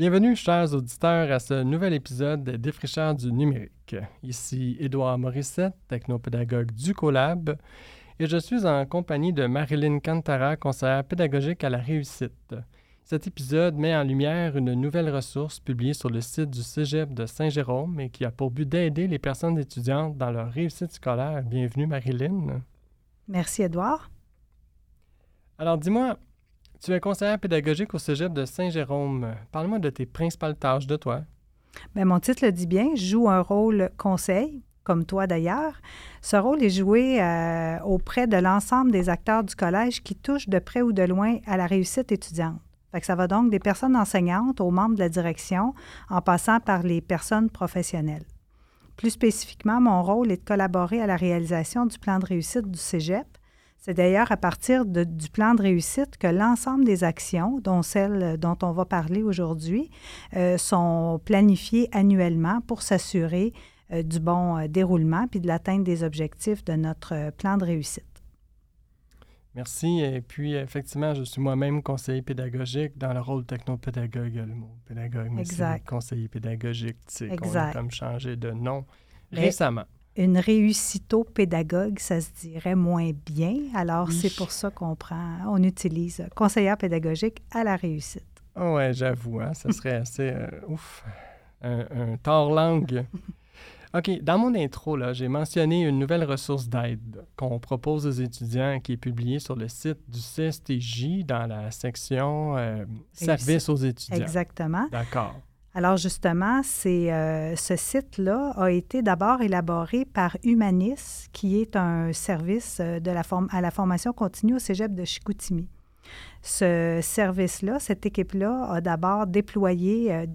Bienvenue, chers auditeurs, à ce nouvel épisode des Défricheurs du numérique. Ici Édouard Morissette, technopédagogue du Collab, et je suis en compagnie de Marilyn Cantara, conseillère pédagogique à la réussite. Cet épisode met en lumière une nouvelle ressource publiée sur le site du Cégep de Saint-Jérôme et qui a pour but d'aider les personnes étudiantes dans leur réussite scolaire. Bienvenue, Marilyn. Merci, Édouard. Alors, dis-moi, tu es conseillère pédagogique au Cégep de Saint-Jérôme. Parle-moi de tes principales tâches de toi. Bien, mon titre le dit bien, je joue un rôle conseil, comme toi d'ailleurs. Ce rôle est joué auprès de l'ensemble des acteurs du collège qui touchent de près ou de loin à la réussite étudiante. Fait que ça va donc des personnes enseignantes aux membres de la direction, en passant par les personnes professionnelles. Plus spécifiquement, mon rôle est de collaborer à la réalisation du plan de réussite du Cégep. C'est d'ailleurs à partir du plan de réussite que l'ensemble des actions, dont celles dont on va parler aujourd'hui, sont planifiées annuellement pour s'assurer du bon déroulement puis de l'atteinte des objectifs de notre plan de réussite. Merci. Et puis, effectivement, je suis moi-même conseiller pédagogique dans le rôle technopédagogue, le mot pédagogue, mais exact. C'est conseiller pédagogique, tu sais, exact. qu'on a comme changé de nom récemment. Une réussito-pédagogue, ça se dirait moins bien. Alors, oui. C'est pour ça on utilise conseillère pédagogique à la réussite. Oh ouais, j'avoue, hein, ça serait assez, un tord-langue. OK, dans mon intro, là, j'ai mentionné une nouvelle ressource d'aide qu'on propose aux étudiants qui est publiée sur le site du CSTJ dans la section Services aux étudiants. Exactement. D'accord. Alors justement, ce site-là a été d'abord élaboré par Humanis, qui est un service à la formation continue au Cégep de Chicoutimi. Ce service-là, cette équipe-là, a d'abord déployé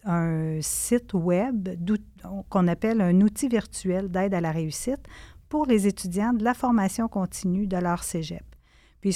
un site web qu'on appelle un outil virtuel d'aide à la réussite pour les étudiants de la formation continue de leur Cégep. Puis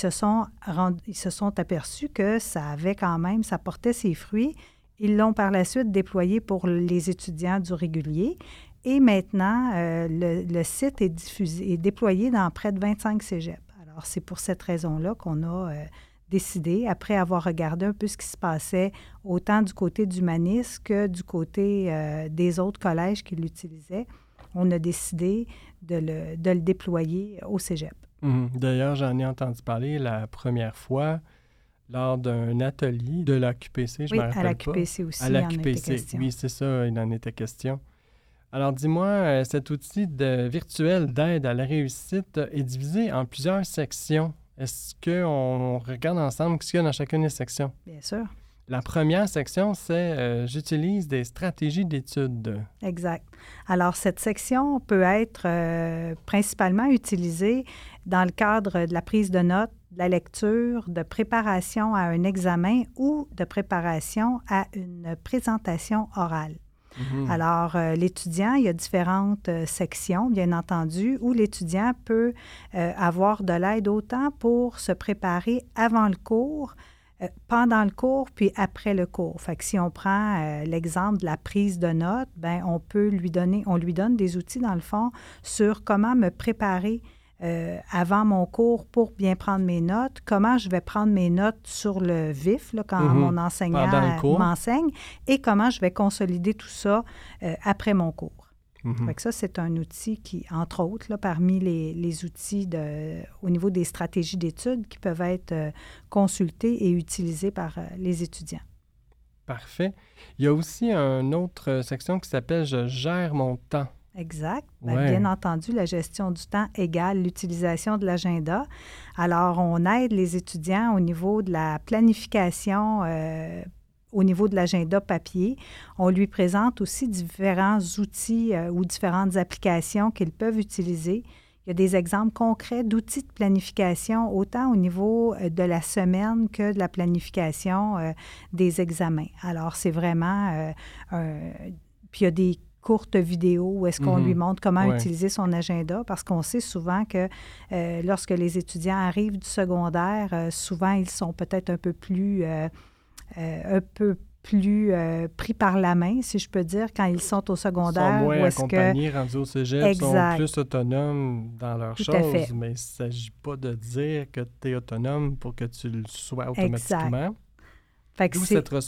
ils se sont aperçus que ça portait ses fruits. Ils l'ont par la suite déployé pour les étudiants du régulier. Et maintenant, le site est déployé dans près de 25 cégeps. Alors, c'est pour cette raison-là qu'on a décidé, après avoir regardé un peu ce qui se passait autant du côté d'Humanis que du côté des autres collèges qui l'utilisaient, on a décidé de le déployer au cégep. D'ailleurs, j'en ai entendu parler la première fois lors d'un atelier de l'AQPC, je me rappelle pas. Oui, à l'AQPC aussi, à l'AQPC, il en était question. Oui, c'est ça, il en était question. Alors, dis-moi, cet outil virtuel d'aide à la réussite est divisé en plusieurs sections. Est-ce qu'on regarde ensemble ce qu'il y a dans chacune des sections? Bien sûr. La première section, c'est « J'utilise des stratégies d'études ». Exact. Alors, cette section peut être principalement utilisée dans le cadre de la prise de notes, de la lecture, de préparation à un examen ou de préparation à une présentation orale. Alors, l'étudiant, il y a différentes sections, bien entendu, où l'étudiant peut avoir de l'aide autant pour se préparer avant le cours, pendant le cours, puis après le cours. Fait que si on prend l'exemple de la prise de notes, bien, on lui donne des outils, dans le fond, sur comment me préparer avant mon cours pour bien prendre mes notes, comment je vais prendre mes notes sur le vif, là, quand mon enseignant m'enseigne, et comment je vais consolider tout ça après mon cours. Fait que ça, c'est un outil qui, entre autres, là, parmi les outils au niveau des stratégies d'études qui peuvent être consultés et utilisés par les étudiants. Parfait. Il y a aussi une autre section qui s'appelle « Je gère mon temps ». Exact. Ouais. Bien entendu, la gestion du temps égale l'utilisation de l'agenda. Alors, on aide les étudiants au niveau de la planification, au niveau de l'agenda papier. On lui présente aussi différents outils ou différentes applications qu'ils peuvent utiliser. Il y a des exemples concrets d'outils de planification, autant au niveau de la semaine que de la planification des examens. Alors, c'est vraiment puis il y a des courtes vidéos où est-ce qu'on lui montre comment utiliser son agenda, parce qu'on sait souvent que lorsque les étudiants arrivent du secondaire, souvent ils sont peut-être un peu plus pris par la main, si je peux dire, quand ils sont au secondaire. Ils sont moins accompagnés, rendus au cégep, ils sont plus autonomes dans leurs choses, mais il ne s'agit pas de dire que tu es autonome pour que tu le sois automatiquement. Exact. D'où cette ressource-là.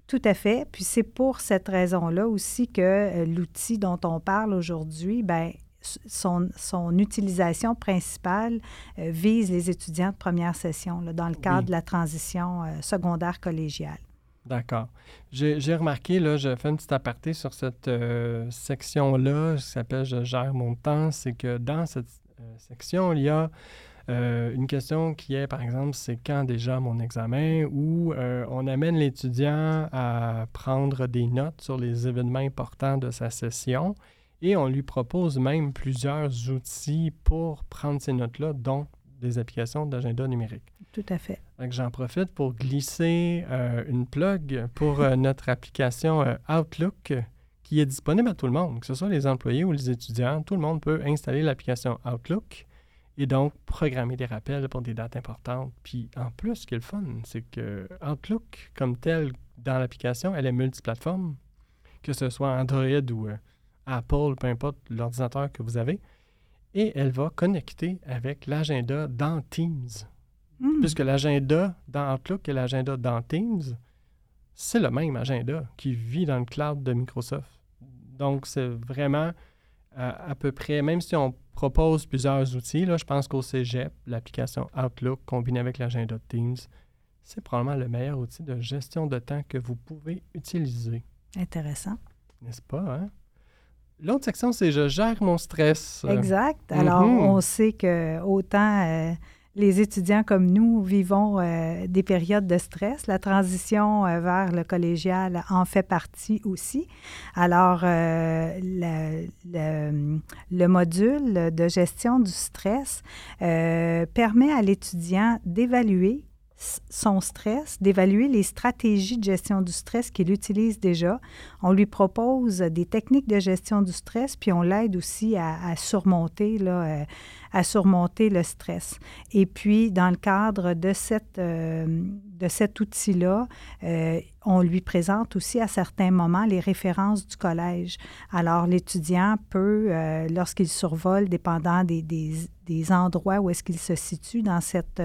Tout à fait. Puis c'est pour cette raison-là aussi que l'outil dont on parle aujourd'hui, bien, son utilisation principale vise les étudiants de première session là, dans le cadre de la transition secondaire collégiale. D'accord. J'ai remarqué, là, je fais une petite aparté sur cette section-là, qui s'appelle « Je gère mon temps », c'est que dans cette section, il y a une question qui est, par exemple, c'est quand déjà mon examen, où on amène l'étudiant à prendre des notes sur les événements importants de sa session et on lui propose même plusieurs outils pour prendre ces notes-là, dont des applications d'agenda numérique. Tout à fait. Donc, j'en profite pour glisser une plug pour notre application Outlook qui est disponible à tout le monde, que ce soit les employés ou les étudiants. Tout le monde peut installer l'application Outlook et donc programmer des rappels pour des dates importantes. Puis en plus, ce qui est le fun, c'est que Outlook, comme tel, dans l'application, elle est multiplateforme, que ce soit Android ou Apple, peu importe l'ordinateur que vous avez, et elle va connecter avec l'agenda dans Teams. Puisque l'agenda dans Outlook et l'agenda dans Teams, c'est le même agenda qui vit dans le cloud de Microsoft. Donc, c'est vraiment à peu près, même si on propose plusieurs outils, là, je pense qu'au cégep, l'application Outlook combinée avec l'agenda Teams, c'est probablement le meilleur outil de gestion de temps que vous pouvez utiliser. Intéressant. N'est-ce pas, hein? L'autre section, c'est « Je gère mon stress ». Exact. Alors, on sait que autant les étudiants comme nous vivons des périodes de stress. La transition vers le collégial en fait partie aussi. Alors, le module de gestion du stress permet à l'étudiant d'évaluer son stress, d'évaluer les stratégies de gestion du stress qu'il utilise déjà. On lui propose des techniques de gestion du stress, puis on l'aide aussi à surmonter le stress. Et puis, dans le cadre de cet outil-là, on lui présente aussi à certains moments les références du collège. Alors, l'étudiant peut, lorsqu'il survole, dépendant des endroits où est-ce qu'il se situe dans cette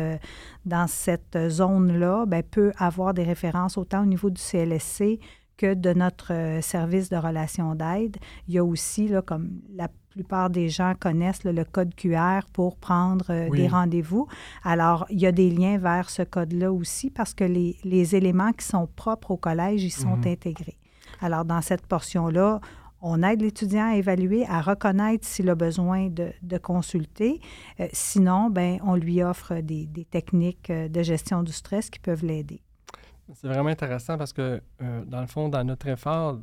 zone-là, bien, peut avoir des références autant au niveau du CLSC que de notre service de relations d'aide. Il y a aussi, là, comme la plupart des gens connaissent, là, le code QR pour prendre des rendez-vous. Alors, il y a des liens vers ce code-là aussi parce que les éléments qui sont propres au collège, ils sont intégrés. Alors, dans cette portion-là, on aide l'étudiant à évaluer, à reconnaître s'il a besoin de consulter. Sinon, bien, on lui offre des techniques de gestion du stress qui peuvent l'aider. C'est vraiment intéressant parce que, dans le fond, dans notre effort,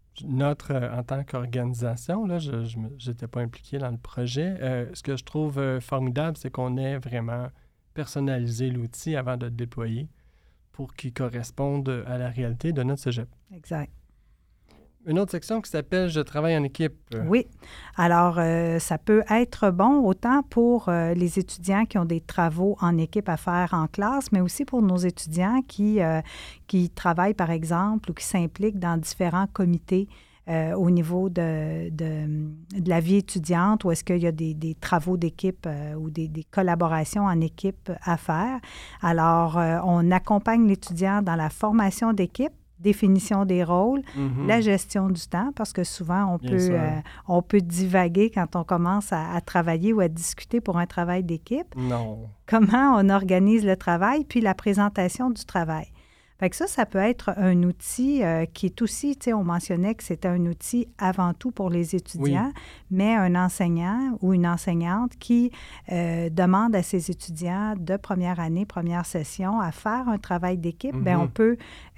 en tant qu'organisation, là, je n'étais pas impliqué dans le projet. Ce que je trouve formidable, c'est qu'on ait vraiment personnalisé l'outil avant de le déployer pour qu'il corresponde à la réalité de notre cégep. Exact. Une autre section qui s'appelle « Je travaille en équipe ». Oui. Alors, ça peut être bon autant pour les étudiants qui ont des travaux en équipe à faire en classe, mais aussi pour nos étudiants qui travaillent, par exemple, ou qui s'impliquent dans différents comités au niveau de la vie étudiante, où est-ce qu'il y a des travaux d'équipe ou des collaborations en équipe à faire. Alors, on accompagne l'étudiant dans la formation d'équipe, définition des rôles, la gestion du temps, parce que souvent, on peut divaguer quand on commence à travailler ou à discuter pour un travail d'équipe. Non. Comment on organise le travail, puis la présentation du travail. Fait que ça peut être un outil qui est aussi, tu sais, on mentionnait que c'était un outil avant tout pour les étudiants, mais un enseignant ou une enseignante qui demande à ses étudiants de première année, première session, à faire un travail d'équipe, bien, on peut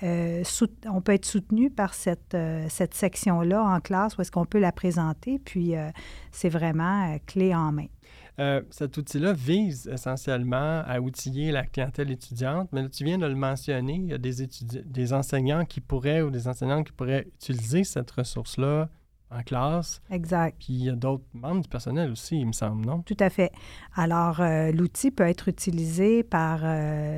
être soutenu par cette section-là en classe où est-ce qu'on peut la présenter, puis c'est vraiment clé en main. Cet outil-là vise essentiellement à outiller la clientèle étudiante, mais là, tu viens de le mentionner, il y a des enseignants qui pourraient ou des enseignantes qui pourraient utiliser cette ressource-là en classe. Exact. Puis il y a d'autres membres du personnel aussi, il me semble, non? Tout à fait. Alors, l'outil peut être utilisé par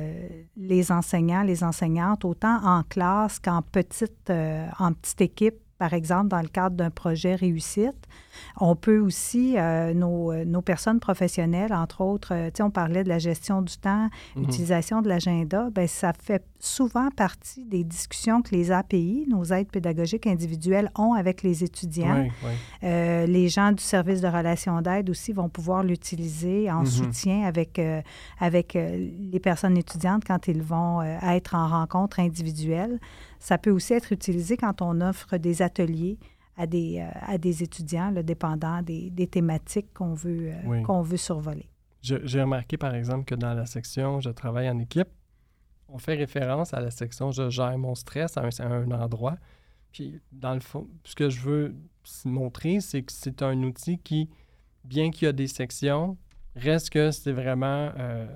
les enseignants, les enseignantes, autant en classe qu'en petite équipe par exemple, dans le cadre d'un projet réussite. On peut aussi, nos personnes professionnelles, entre autres, on parlait de la gestion du temps, utilisation de l'agenda, bien, ça fait souvent partie des discussions que les API, nos aides pédagogiques individuelles, ont avec les étudiants. Oui, oui. Les gens du service de relations d'aide aussi vont pouvoir l'utiliser en soutien avec les personnes étudiantes quand ils vont être en rencontre individuelle. Ça peut aussi être utilisé quand on offre des ateliers à des étudiants, là, dépendant des thématiques qu'on veut survoler. J'ai remarqué, par exemple, que dans la section « Je travaille en équipe », on fait référence à la section « Je gère mon stress » à un endroit. Puis, dans le fond, ce que je veux montrer, c'est que c'est un outil qui, bien qu'il y a des sections, reste que c'est vraiment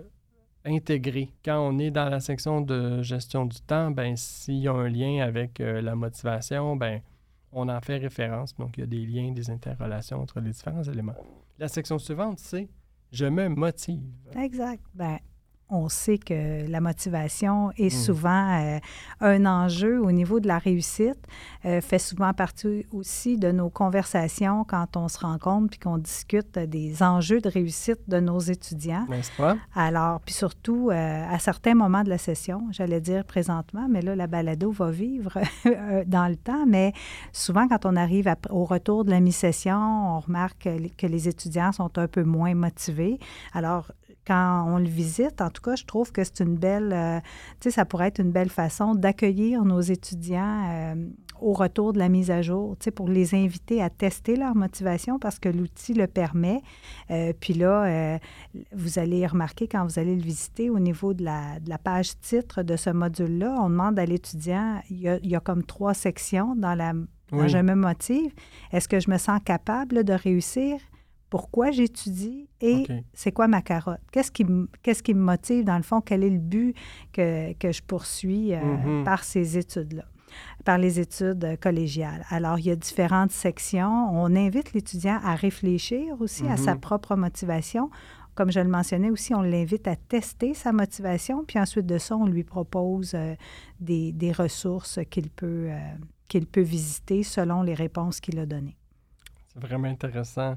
intégré. Quand on est dans la section de gestion du temps, bien, s'il y a un lien avec la motivation, bien, on en fait référence. Donc, il y a des liens, des interrelations entre les différents éléments. La section suivante, c'est « Je me motive ». Exact. Bien, on sait que la motivation est souvent un enjeu au niveau de la réussite, fait souvent partie aussi de nos conversations quand on se rencontre puis qu'on discute des enjeux de réussite de nos étudiants. N'est-ce pas? Alors, puis surtout, à certains moments de la session, j'allais dire présentement, mais là, la balado va vivre dans le temps, mais souvent, quand on arrive au retour de la mi-session, on remarque que les étudiants sont un peu moins motivés. Alors, quand on le visite, en tout cas, je trouve que c'est une belle, ça pourrait être une belle façon d'accueillir nos étudiants au retour de la mise à jour, pour les inviter à tester leur motivation parce que l'outil le permet. Puis là, vous allez remarquer quand vous allez le visiter au niveau de la page titre de ce module-là, on demande à l'étudiant, il y a comme 3 sections dans Je me motive. Est-ce que je me sens capable de réussir? Pourquoi j'étudie et c'est quoi ma carotte? Qu'est-ce qui me motive dans le fond? Quel est le but que je poursuis par ces études-là, par les études collégiales? Alors, il y a différentes sections. On invite l'étudiant à réfléchir aussi à sa propre motivation. Comme je le mentionnais aussi, on l'invite à tester sa motivation, puis ensuite de ça, on lui propose des ressources qu'il peut visiter selon les réponses qu'il a données. C'est vraiment intéressant.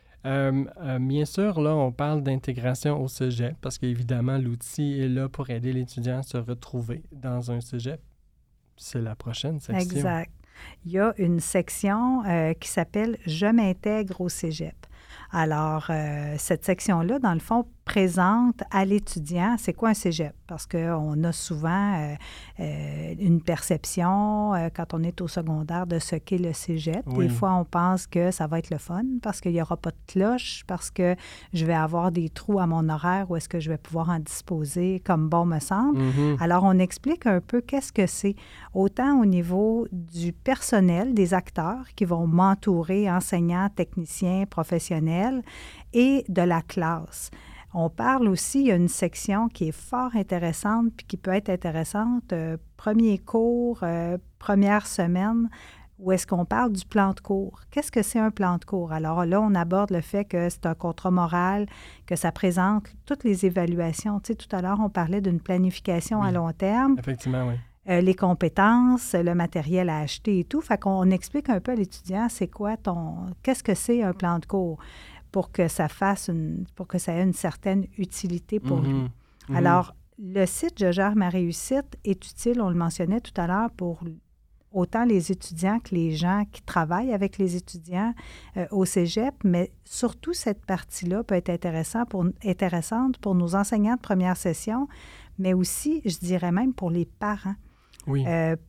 Bien sûr, là, on parle d'intégration au cégep parce qu'évidemment, l'outil est là pour aider l'étudiant à se retrouver dans un cégep. C'est la prochaine section. Exact. Il y a une section qui s'appelle « Je m'intègre au cégep ». Alors, cette section-là, dans le fond, présente à l'étudiant c'est quoi un cégep. Parce qu'on a souvent une perception, quand on est au secondaire, de ce qu'est le cégep. Oui. Des fois, on pense que ça va être le fun parce qu'il n'y aura pas de cloche, parce que je vais avoir des trous à mon horaire où est-ce que je vais pouvoir en disposer comme bon me semble. Alors, on explique un peu qu'est-ce que c'est, autant au niveau du personnel, des acteurs qui vont m'entourer, enseignants, techniciens, professionnels, et de la classe. On parle aussi, il y a une section qui est fort intéressante puis qui peut être intéressante, premier cours, première semaine, où est-ce qu'on parle du plan de cours. Qu'est-ce que c'est un plan de cours? Alors là, on aborde le fait que c'est un contrat moral, que ça présente toutes les évaluations. Tu sais, tout à l'heure, on parlait d'une planification à long terme. Effectivement, oui. Les compétences, le matériel à acheter et tout. Fait qu'on explique un peu à l'étudiant, qu'est-ce que c'est un plan de cours pour que ça ait une certaine utilité pour lui. Alors, le site « Je gère ma réussite » est utile, on le mentionnait tout à l'heure, pour autant les étudiants que les gens qui travaillent avec les étudiants au cégep, mais surtout cette partie-là peut être intéressante pour nos enseignants de première session, mais aussi, je dirais même, pour les parents. Oui.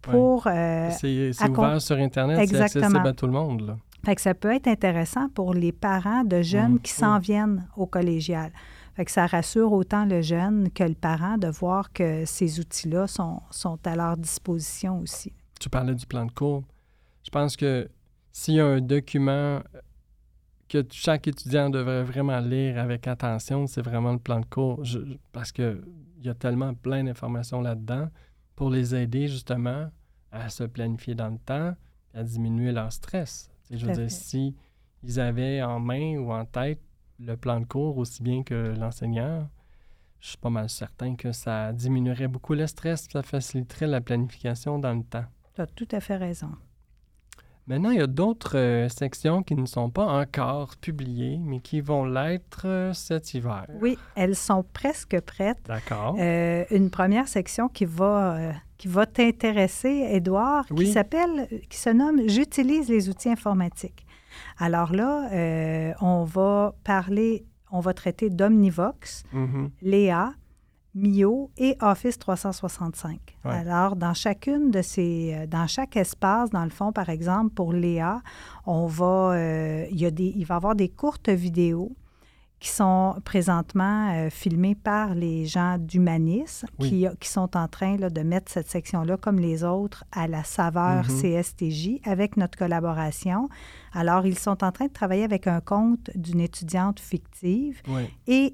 C'est ouvert sur Internet, Exactement. C'est accessible à tout le monde, là. Fait que ça peut être intéressant pour les parents de jeunes qui s'en viennent au collégial. Fait que ça rassure autant le jeune que le parent de voir que ces outils-là sont à leur disposition aussi. Tu parlais du plan de cours. Je pense que s'il y a un document que chaque étudiant devrait vraiment lire avec attention, c'est vraiment le plan de cours. Parce qu'il y a tellement plein d'informations là-dedans pour les aider justement à se planifier dans le temps et à diminuer leur stress. Je veux dire, si ils avaient en main ou en tête le plan de cours aussi bien que l'enseignant, je suis pas mal certain que ça diminuerait beaucoup le stress, ça faciliterait la planification dans le temps. Tu as tout à fait raison. Maintenant, il y a d'autres sections qui ne sont pas encore publiées, mais qui vont l'être cet hiver. Oui, elles sont presque prêtes. D'accord. Une première section qui va t'intéresser, Édouard, Oui. qui se nomme « J'utilise les outils informatiques ». Alors là, on va traiter d'Omnivox, Léa, Mio et Office 365. Ouais. Alors, dans chaque espace, dans le fond, par exemple, pour Léa, il va y avoir des courtes vidéos qui sont présentement filmées par les gens d'Humanis, qui sont en train là, de mettre cette section-là, comme les autres, à la saveur CSTJ, avec notre collaboration. Alors, ils sont en train de travailler avec un compte d'une étudiante fictive et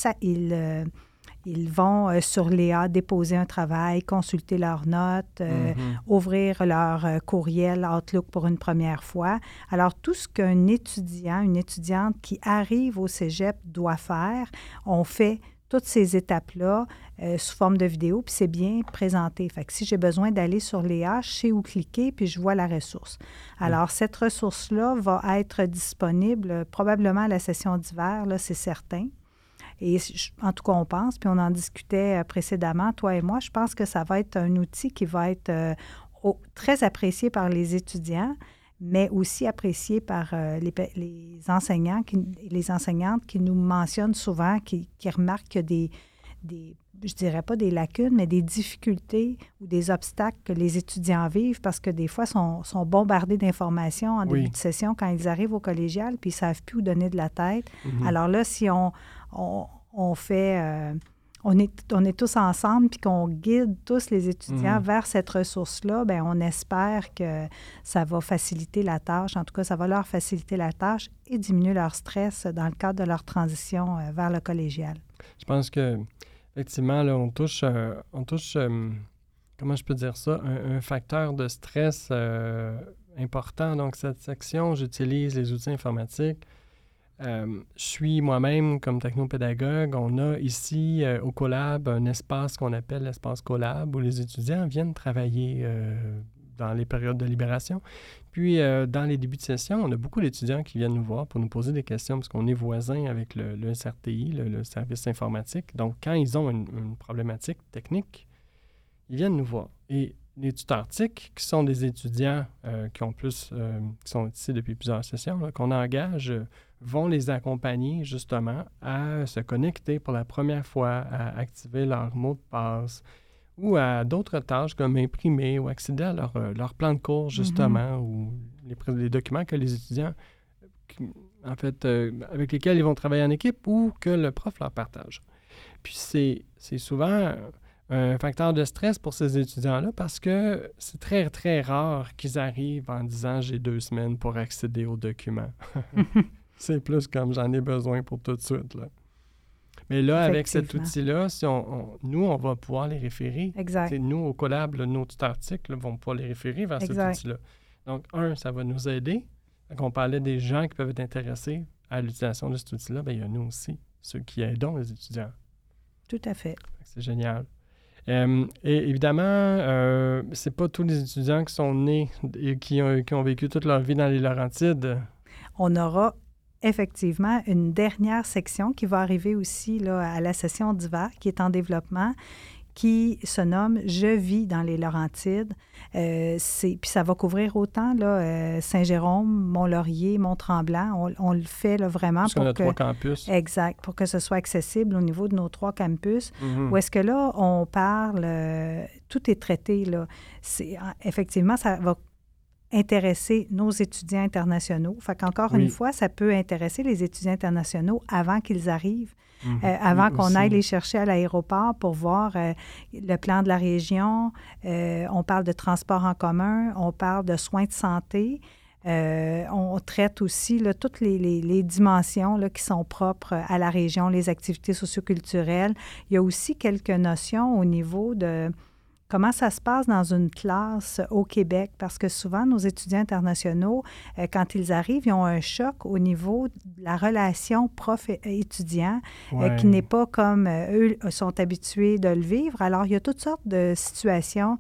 ils vont sur Léa déposer un travail, consulter leurs notes, ouvrir leur courriel Outlook pour une première fois. Alors, tout ce qu'un étudiant, une étudiante qui arrive au cégep doit faire, on fait toutes ces étapes-là sous forme de vidéo, puis c'est bien présenté. Fait que si j'ai besoin d'aller sur Léa, je sais où cliquer, puis je vois la ressource. Alors, cette ressource-là va être disponible probablement à la session d'hiver, là, c'est certain. Et en tout cas, on pense, puis on en discutait précédemment, toi et moi, je pense que ça va être un outil qui va être très apprécié par les étudiants, mais aussi apprécié par les enseignants, les enseignantes qui nous mentionnent souvent, qui remarquent qu'il y a des, je dirais pas des lacunes, mais des difficultés ou des obstacles que les étudiants vivent parce que des fois, sont bombardés d'informations en début de session quand ils arrivent au collégial, puis ils ne savent plus où donner de la tête. Alors là, si on est tous ensemble puis qu'on guide tous les étudiants vers cette ressource-là, bien, on espère que ça va faciliter la tâche. En tout cas, ça va leur faciliter la tâche et diminuer leur stress dans le cadre de leur transition vers le collégial. Je pense que effectivement, là, on touche comment je peux dire ça, un facteur de stress important. Donc, cette section, j'utilise les outils informatiques. Je suis moi-même comme technopédagogue. On a ici au Colab un espace qu'on appelle l'espace Colab où les étudiants viennent travailler dans les périodes de libération. Puis, dans les débuts de session, on a beaucoup d'étudiants qui viennent nous voir pour nous poser des questions parce qu'on est voisins avec le SRTI, le service informatique. Donc, quand ils ont une problématique technique, ils viennent nous voir. Et les tuteurs TIC, qui sont des étudiants qui sont ici depuis plusieurs sessions, là, qu'on engage, vont les accompagner justement à se connecter pour la première fois, à activer leur mot de passe ou à d'autres tâches comme imprimer ou accéder à leur plan de cours justement ou les documents que les étudiants, avec lesquels ils vont travailler en équipe ou que le prof leur partage. Puis c'est souvent un facteur de stress pour ces étudiants-là parce que c'est très, très rare qu'ils arrivent en disant « j'ai 2 semaines pour accéder aux documents ». C'est plus comme « j'en ai besoin pour tout de suite ». Là. Mais là, avec cet outil-là, si nous, on va pouvoir les référer. Exact. Nous, au Colab, nos tuteurs TIC vont pouvoir les référer vers cet outil-là. Donc, ça va nous aider. Donc, on parlait des gens qui peuvent être intéressés à l'utilisation de cet outil-là. Bien, il y a nous aussi, ceux qui aidons les étudiants. Tout à fait. C'est génial. Et évidemment, c'est pas tous les étudiants qui sont nés et qui ont vécu toute leur vie dans les Laurentides. On aura effectivement une dernière section qui va arriver aussi là, à la session d'hiver, qui est en développement, qui se nomme « Je vis dans les Laurentides ». Puis ça va couvrir autant là, Saint-Jérôme, Mont-Laurier, Mont-Tremblant. On le fait là, vraiment parce qu'on a 3 campus. Exact, pour que ce soit accessible au niveau de nos 3 campus. Où est-ce que là, on parle, tout est traité. Là. Effectivement, ça va intéresser nos étudiants internationaux. Fait qu'encore une fois, ça peut intéresser les étudiants internationaux avant qu'ils arrivent, avant qu'on aille les chercher à l'aéroport pour voir le plan de la région. On parle de transport en commun, on parle de soins de santé. On traite aussi là, toutes les dimensions là, qui sont propres à la région, les activités socioculturelles. Il y a aussi quelques notions au niveau de comment ça se passe dans une classe au Québec, parce que souvent, nos étudiants internationaux, quand ils arrivent, ils ont un choc au niveau de la relation prof-étudiant qui n'est pas comme eux sont habitués de le vivre. Alors, il y a toutes sortes de situations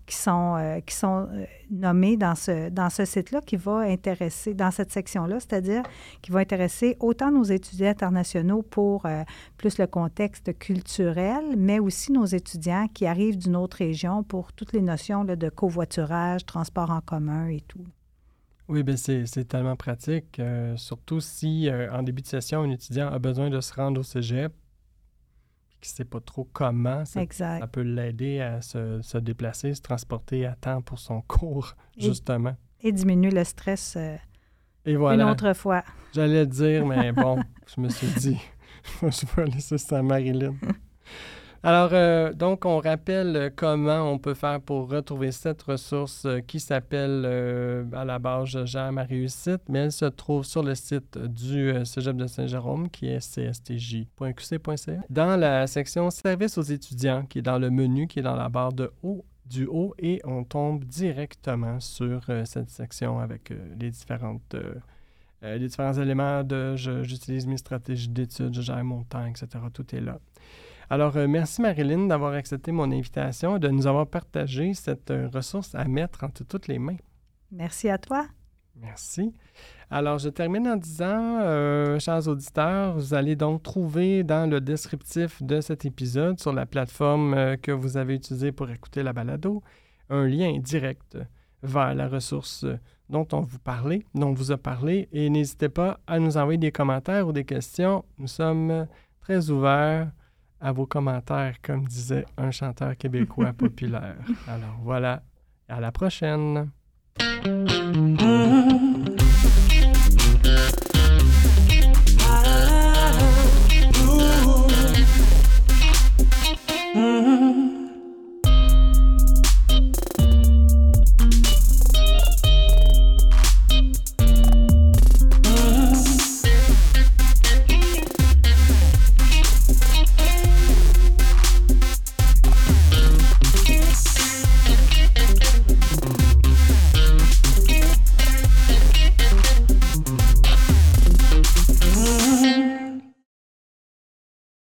qui sont nommés dans ce site-là qui va intéresser, dans cette section-là, c'est-à-dire qui va intéresser autant nos étudiants internationaux pour plus le contexte culturel, mais aussi nos étudiants qui arrivent d'une autre région pour toutes les notions là, de covoiturage, transport en commun et tout. Oui, bien c'est tellement pratique, surtout si en début de session, un étudiant a besoin de se rendre au cégep, qui ne sait pas trop comment, ça peut l'aider à se déplacer, se transporter à temps pour son cours, justement. Et diminuer le stress et voilà. Une autre fois. J'allais le dire, mais bon, je me suis dit, je vais laisser ça à Marilyn. Alors, donc, on rappelle comment on peut faire pour retrouver cette ressource qui s'appelle à la base « Je gère ma réussite », mais elle se trouve sur le site du Cégep de Saint-Jérôme, qui est cstj.qc.ca, dans la section « Services aux étudiants », qui est dans le menu, qui est dans la barre du haut, et on tombe directement sur cette section avec les différents éléments de « J'utilise mes stratégies d'études, je gère mon temps », etc. Tout est là. Alors, merci Marilyn d'avoir accepté mon invitation et de nous avoir partagé cette ressource à mettre entre toutes les mains. Merci à toi. Merci. Alors, je termine en disant, chers auditeurs, vous allez donc trouver dans le descriptif de cet épisode, sur la plateforme que vous avez utilisée pour écouter la balado, un lien direct vers la ressource dont on vous a parlé. Et n'hésitez pas à nous envoyer des commentaires ou des questions. Nous sommes très ouverts à vos commentaires, comme disait un chanteur québécois populaire. Alors voilà, à la prochaine!